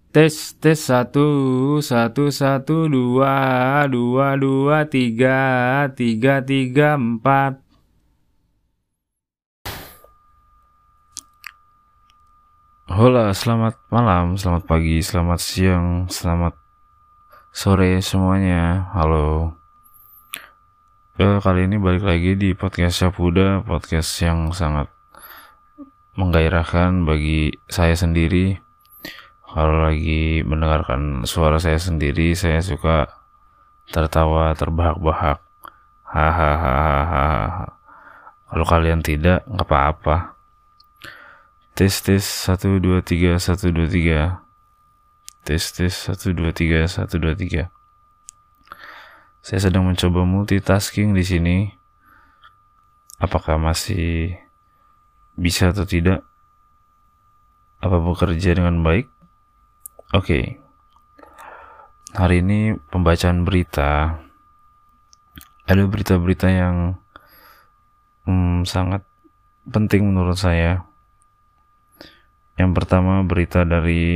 Tes satu satu dua dua tiga empat. Hola, selamat malam, selamat pagi, selamat siang, selamat sore semuanya. Halo. Kali ini balik lagi di podcast Syapuda, podcast yang sangat menggairahkan bagi saya sendiri. Kalau lagi mendengarkan suara saya sendiri, saya suka tertawa terbahak-bahak. Hahaha. Kalau kalian tidak, nggak apa-apa. Tes 1 2 3 1 2 3. Tes 1 2 3 1 2 3. Saya sedang mencoba multitasking di sini. Apakah masih bisa atau tidak? Apa bekerja dengan baik? Oke. Hari ini pembacaan berita. Ada berita-berita yang sangat penting menurut saya. Yang pertama berita dari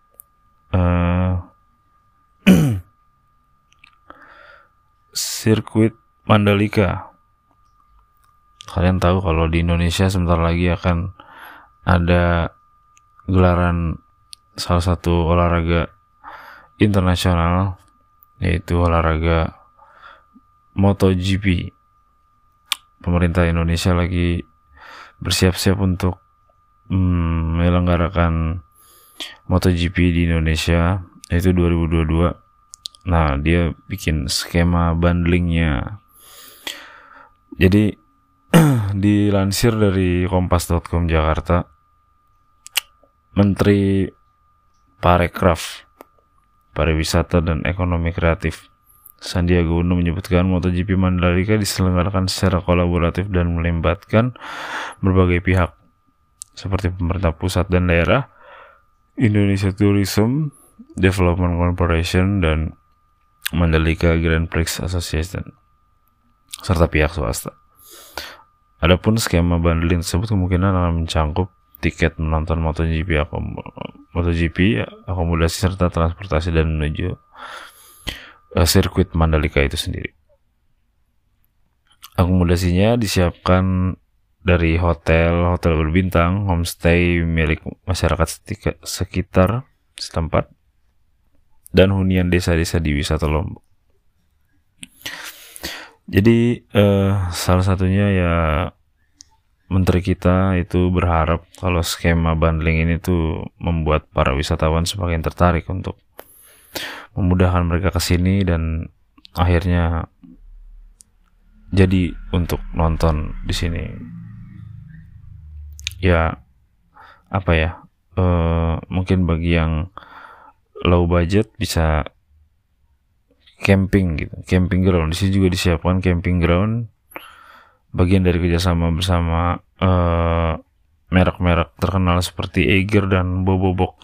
sirkuit Mandalika. Kalian tahu kalau di Indonesia sebentar lagi akan ada gelaran salah satu olahraga internasional, yaitu olahraga MotoGP. Pemerintah Indonesia lagi bersiap-siap untuk menyelenggarakan MotoGP di Indonesia, yaitu 2022. Nah, dia bikin skema bundlingnya. Jadi dilansir dari kompas.com Jakarta, Menteri Parekraf, Pariwisata dan Ekonomi Kreatif Sandiaga Uno menyebutkan MotoGP Mandalika diselenggarakan secara kolaboratif dan melibatkan berbagai pihak seperti pemerintah pusat dan daerah, Indonesia Tourism Development Corporation, dan Mandalika Grand Prix Association, serta pihak swasta. Adapun skema bundling tersebut kemungkinan akan mencangkup tiket menonton MotoGP, akomodasi serta transportasi dan menuju sirkuit Mandalika itu sendiri. Akomodasinya disiapkan dari hotel berbintang, homestay milik masyarakat sekitar setempat, dan hunian desa-desa di wisata Lombok. Jadi salah satunya ya, menteri kita itu berharap kalau skema bundling ini tuh membuat para wisatawan semakin tertarik untuk memudahkan mereka ke sini dan akhirnya jadi untuk nonton di sini. Ya, apa ya? Mungkin bagi yang low budget bisa camping gitu, camping ground. Di sini juga disiapkan camping ground, bagian dari kerjasama bersama merek-merek terkenal seperti Eiger dan Bobo Box.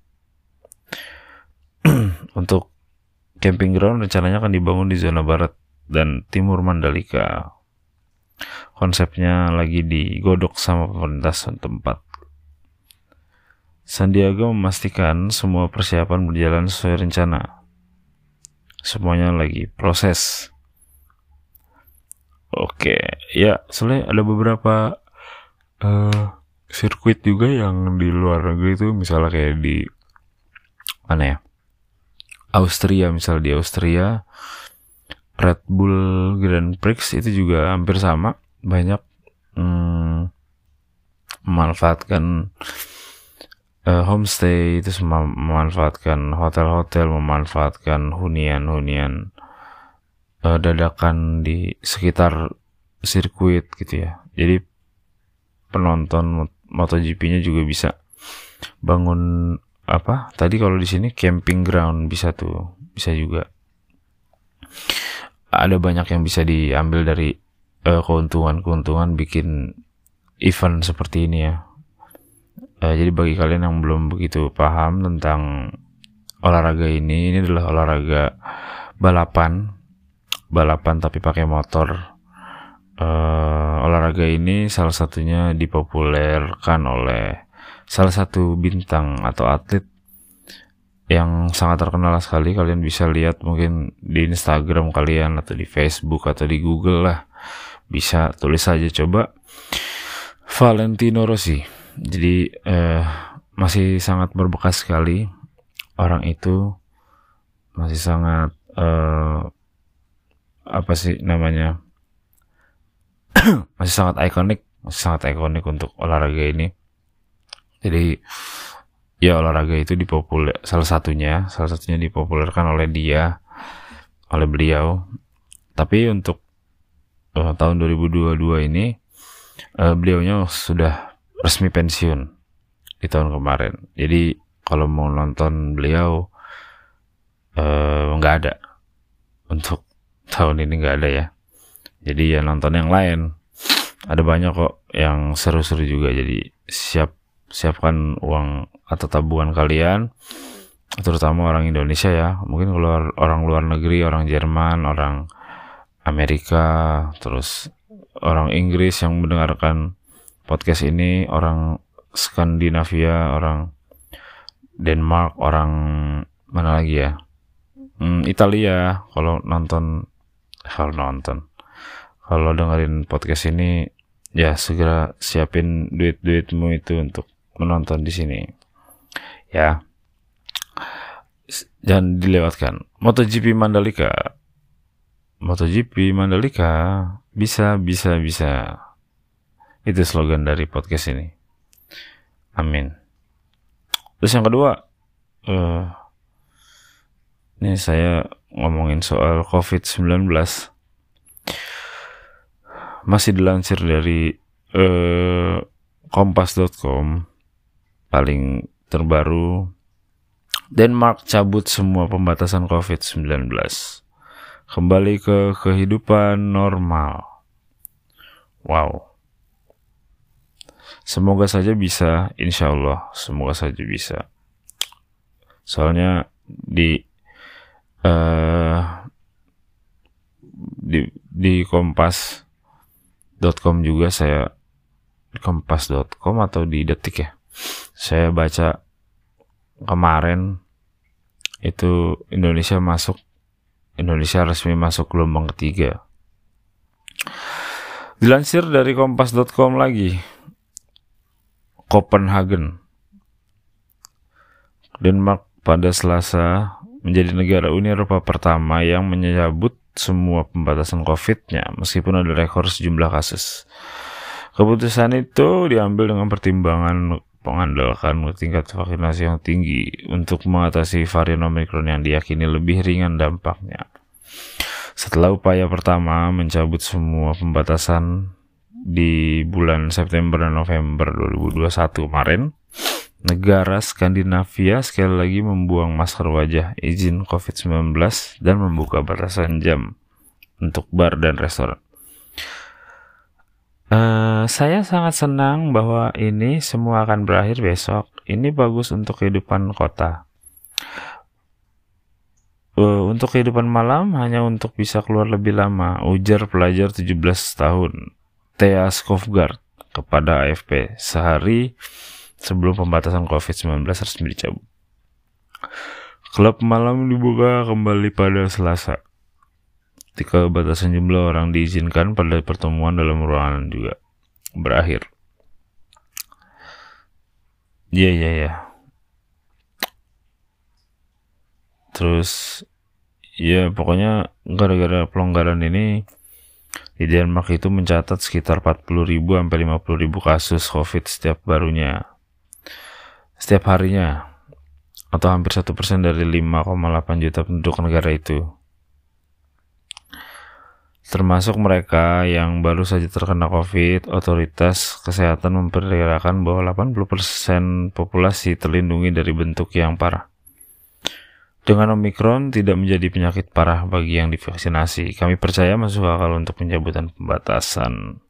Untuk camping ground rencananya akan dibangun di zona barat dan timur Mandalika. Konsepnya lagi digodok sama pemerintah setempat. Sandiaga memastikan semua persiapan berjalan sesuai rencana. Semuanya lagi proses. Oke, ya, soalnya ada beberapa sirkuit juga yang di luar negeri itu, misalnya kayak di mana ya? Austria, misalnya di Austria Red Bull Grand Prix itu juga hampir sama, banyak memanfaatkan homestay, itu memanfaatkan hotel-hotel, memanfaatkan hunian dadakan di sekitar sirkuit gitu ya. Jadi penonton MotoGP-nya juga bisa bangun apa? Tadi kalau di sini camping ground bisa juga. Ada banyak yang bisa diambil dari keuntungan bikin event seperti ini ya. Jadi bagi kalian yang belum begitu paham tentang olahraga ini adalah olahraga balapan tapi pakai motor. Olahraga ini salah satunya dipopulerkan oleh salah satu bintang atau atlet yang sangat terkenal sekali. Kalian bisa lihat mungkin di Instagram kalian atau di Facebook atau di Google lah. Bisa tulis saja coba Valentino Rossi. Jadi masih sangat berbekas sekali orang itu, masih sangat apa sih namanya, masih sangat ikonik untuk olahraga ini. Jadi ya olahraga itu salah satunya dipopulerkan oleh beliau. Tapi untuk tahun 2022 ini beliaunya sudah resmi pensiun di tahun kemarin. Jadi kalau mau nonton beliau nggak ada, untuk tahun ini nggak ada ya. Jadi ya nonton yang lain, ada banyak kok yang seru-seru juga. Jadi siapkan uang atau tabungan kalian, terutama orang Indonesia ya. Mungkin kalau orang luar negeri, orang Jerman, orang Amerika, terus orang Inggris yang mendengarkan podcast ini, orang Skandinavia, orang Denmark, orang mana lagi ya, Italia. Kalau dengerin podcast ini ya segera siapin duitmu itu untuk menonton di sini ya, jangan dilewatkan. MotoGP Mandalika bisa. Itu slogan dari podcast ini. Amin. Terus yang kedua, ini saya ngomongin soal COVID-19. Masih dilansir dari kompas.com, paling terbaru, Denmark cabut semua pembatasan COVID-19. Kembali ke kehidupan normal. Wow. Semoga saja bisa, insya Allah. Semoga saja bisa. Soalnya di kompas.com juga saya, kompas.com atau di Detik ya, saya baca kemarin itu Indonesia resmi masuk gelombang ketiga. Dilansir dari kompas.com lagi, Copenhagen, Denmark pada Selasa menjadi negara Uni Eropa pertama yang menyambut semua pembatasan COVID-nya meskipun ada rekor sejumlah kasus. Keputusan itu diambil dengan pertimbangan mengandalkan tingkat vaksinasi yang tinggi untuk mengatasi varian Omicron yang diyakini lebih ringan dampaknya. Setelah upaya pertama mencabut semua pembatasan di bulan September dan November 2021 kemarin, negara Skandinavia sekali lagi membuang masker wajah, izin COVID-19, dan membuka batasan jam untuk bar dan restoran. Saya sangat senang bahwa ini semua akan berakhir besok. Ini bagus untuk kehidupan kota. Untuk kehidupan malam hanya untuk bisa keluar lebih lama, ujar pelajar 17 tahun Thea Skovgaard kepada AFP sehari sebelum pembatasan COVID-19 resmi dicabut. Klub malam dibuka kembali pada Selasa. Ketika batasan jumlah orang diizinkan pada pertemuan dalam ruangan juga berakhir. Iya. Terus ya pokoknya gara-gara pelonggaran ini di Denmark itu mencatat sekitar 40.000 sampai 50.000 kasus COVID setiap harinya, atau hampir 1% dari 5,8 juta penduduk negara itu. Termasuk mereka yang baru saja terkena COVID, otoritas kesehatan memperkirakan bahwa 80% populasi terlindungi dari bentuk yang parah. Dengan Omicron tidak menjadi penyakit parah bagi yang divaksinasi. Kami percaya masuk akal untuk pencabutan pembatasan.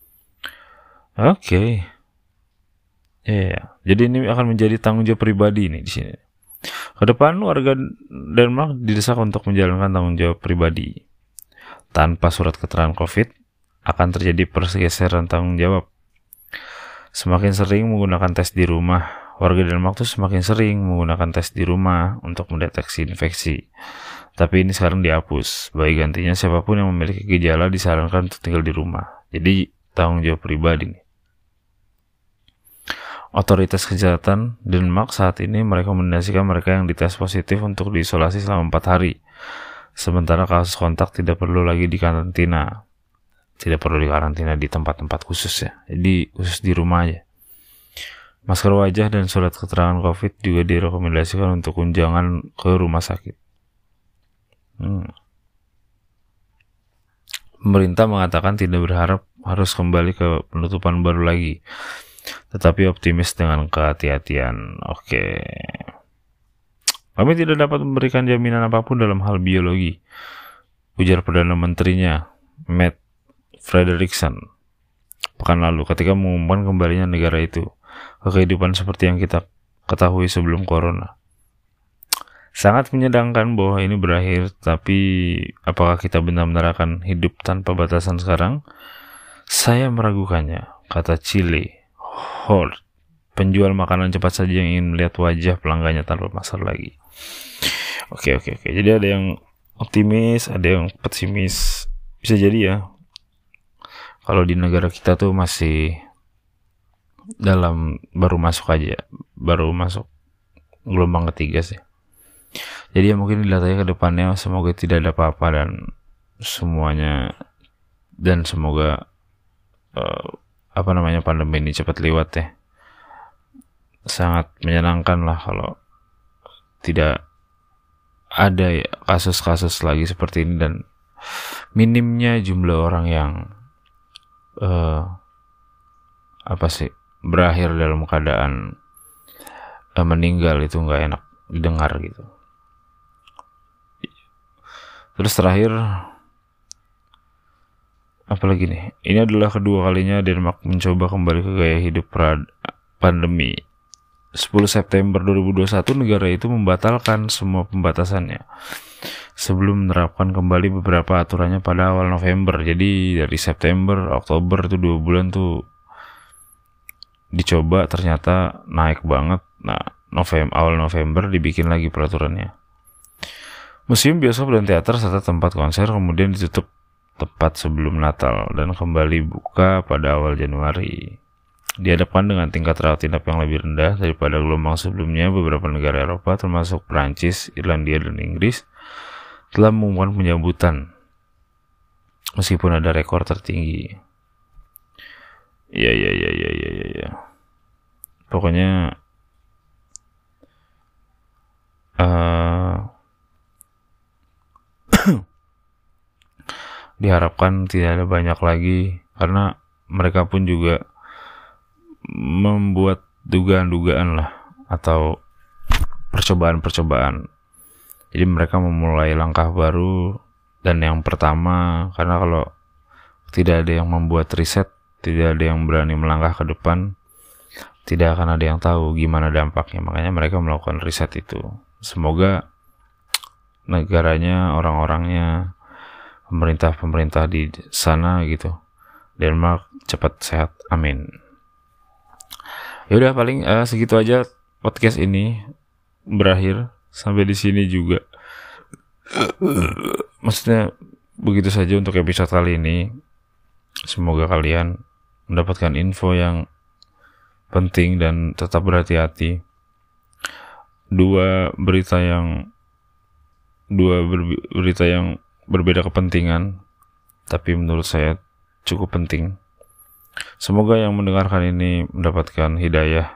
Oke. Ya. Jadi ini akan menjadi tanggung jawab pribadi nih di sini. Kedepan warga Denmark didesak untuk menjalankan tanggung jawab pribadi. Tanpa surat keterangan COVID, akan terjadi pergeseran tanggung jawab. Semakin sering menggunakan tes di rumah, Warga Denmark tuh semakin sering menggunakan tes di rumah untuk mendeteksi infeksi. Tapi ini sekarang dihapus. Baik gantinya siapapun yang memiliki gejala disarankan untuk tinggal di rumah. Jadi tanggung jawab pribadi nih. Otoritas kesehatan Denmark saat ini merekomendasikan mereka yang dites positif untuk diisolasi selama 4 hari. Sementara kasus kontak tidak perlu lagi dikarantina. Tidak perlu dikarantina di tempat-tempat khusus ya. Jadi khusus di rumah aja. Masker wajah dan surat keterangan COVID juga direkomendasikan untuk kunjungan ke rumah sakit. Pemerintah mengatakan tidak berharap harus kembali ke penutupan baru lagi, tetapi optimis dengan kehati-hatian. Oke. Kami tidak dapat memberikan jaminan apapun dalam hal biologi, ujar Perdana Menterinya, Matt Frederiksen, pekan lalu ketika mengumumkan kembalinya negara itu ke kehidupan seperti yang kita ketahui sebelum corona. Sangat menyenangkan bahwa ini berakhir, tapi apakah kita benar-benar akan hidup tanpa batasan sekarang? Saya meragukannya, kata Chile Hort, penjual makanan cepat saja yang ingin melihat wajah pelanggannya tanpa masker lagi. Oke. Jadi ada yang optimis, ada yang pesimis. Bisa jadi ya. Kalau di negara kita tuh masih baru masuk gelombang ketiga sih. Jadi ya mungkin dilihat aja ke depannya, semoga tidak ada apa-apa dan semuanya, dan semoga pandemi ini cepat lewat ya. Sangat menyenangkan lah kalau tidak ada kasus-kasus lagi seperti ini dan minimnya jumlah orang yang berakhir dalam keadaan meninggal itu nggak enak didengar gitu. Terus terakhir, apalagi nih? Ini adalah kedua kalinya Denmark mencoba kembali ke gaya hidup pandemi. 10 September 2021 negara itu membatalkan semua pembatasannya sebelum menerapkan kembali beberapa aturannya pada awal November. Jadi dari September, Oktober itu 2 bulan tuh dicoba, ternyata naik banget. Nah, awal November dibikin lagi peraturannya. Museum, bioskop, dan teater serta tempat konser kemudian ditutup tepat sebelum Natal dan kembali buka pada awal Januari. Dihadapkan dengan tingkat rawat inap yang lebih rendah daripada gelombang sebelumnya, beberapa negara Eropa termasuk Prancis, Irlandia, dan Inggris telah mengumumkan penyambutan meskipun ada rekor tertinggi. Ya. Pokoknya diharapkan tidak ada banyak lagi, karena mereka pun juga membuat dugaan-dugaan lah atau percobaan-percobaan. Jadi mereka memulai langkah baru, dan yang pertama, karena kalau tidak ada yang membuat riset, tidak ada yang berani melangkah ke depan, tidak akan ada yang tahu gimana dampaknya. Makanya mereka melakukan riset itu. Semoga negaranya, orang-orangnya, pemerintah di sana gitu, Denmark cepat sehat, amin. Yaudah, paling segitu aja podcast ini, berakhir sampai di sini juga. Maksudnya begitu saja untuk episode kali ini. Semoga kalian mendapatkan info yang penting dan tetap berhati-hati. Dua berita yang berbeda kepentingan, tapi menurut saya cukup penting. Semoga yang mendengarkan ini mendapatkan hidayah.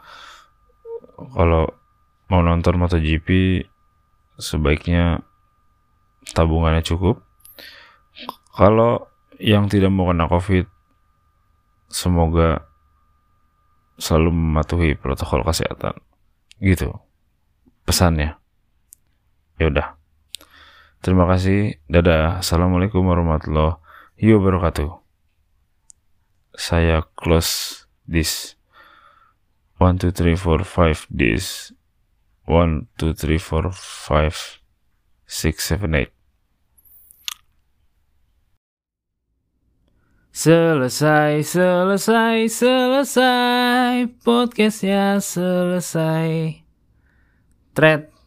Kalau mau nonton MotoGP, sebaiknya tabungannya cukup. Kalau yang tidak mau kena COVID, semoga selalu mematuhi protokol kesehatan. Gitu pesannya. Ya udah. Terima kasih. Dadah. Assalamualaikum warahmatullahi wabarakatuh. Saya close this. 1 2 3 4 5 this. 1 2 3 4 5 6 7 8. Selesai podcastnya selesai. Thread